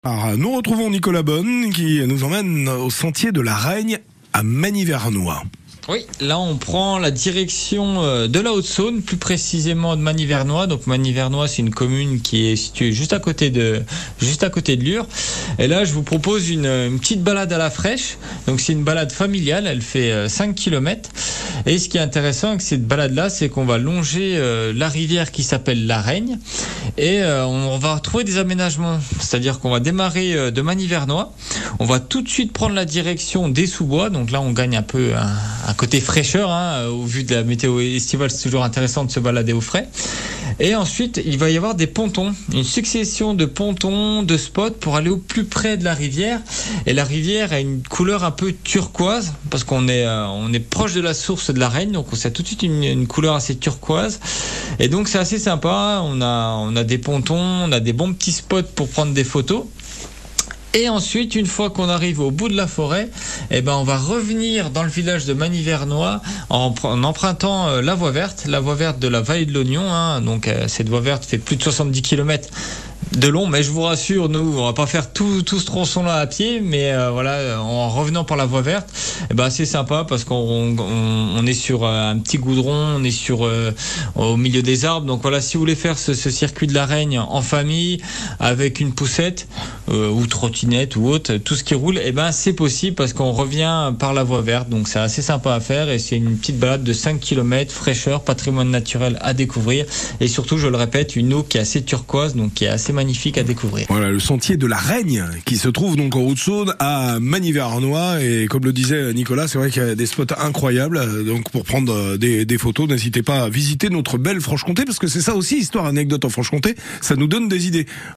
Alors, nous retrouvons Nicolas Bonne qui nous emmène au sentier de la Reigne à Magny-Vernois. Oui, là on prend la direction de la Haute-Saône, plus précisément de Magny-Vernois. Donc Magny-Vernois, c'est une commune qui est située juste à côté de Lure. Et là, je vous propose une petite balade à la fraîche. Donc c'est une balade familiale, elle fait 5 km. Et ce qui est intéressant avec cette balade-là, c'est qu'on va longer la rivière qui s'appelle la Reigne. Et on va retrouver des aménagements. C'est-à-dire qu'on va démarrer de Magny-Vernois. On va tout de suite prendre la direction des Sous-Bois. Donc là, on gagne un peu un côté fraîcheur, au vu de la météo estivale, c'est toujours intéressant de se balader au frais. Et ensuite, il va y avoir des pontons, une succession de pontons, de spots pour aller au plus près de la rivière. Et la rivière a une couleur un peu turquoise, parce qu'on est proche de la source de la Reigne, donc on a tout de suite une couleur assez turquoise. Et donc c'est assez sympa, on a des pontons, on a des bons petits spots pour prendre des photos. Et ensuite, une fois qu'on arrive au bout de la forêt, on va revenir dans le village de Magny-Vernois en empruntant la voie verte de la vallée de l'Oignon. Donc cette voie verte fait plus de 70 km de long, mais je vous rassure, nous, on va pas faire tout ce tronçon-là à pied, mais en revenant par la voie verte, c'est sympa parce qu'on est sur un petit goudron, on est au milieu des arbres. Donc voilà, si vous voulez faire ce circuit de la Reigne en famille, avec une poussette ou trottinette ou autre, tout ce qui roule, c'est possible parce qu'on revient par la voie verte. Donc c'est assez sympa à faire et c'est une petite balade de 5 km, fraîcheur, patrimoine naturel à découvrir et surtout, je le répète, une eau qui est assez turquoise, donc qui est assez magnifique à découvrir. Voilà, le sentier de la Reigne qui se trouve donc en Haute-Saône à Magny-Vernois, et comme le disait Nicolas, c'est vrai qu'il y a des spots incroyables. Donc pour prendre des photos, n'hésitez pas à visiter notre belle Franche-Comté, parce que c'est ça aussi, histoire, anecdote en Franche-Comté, ça nous donne des idées.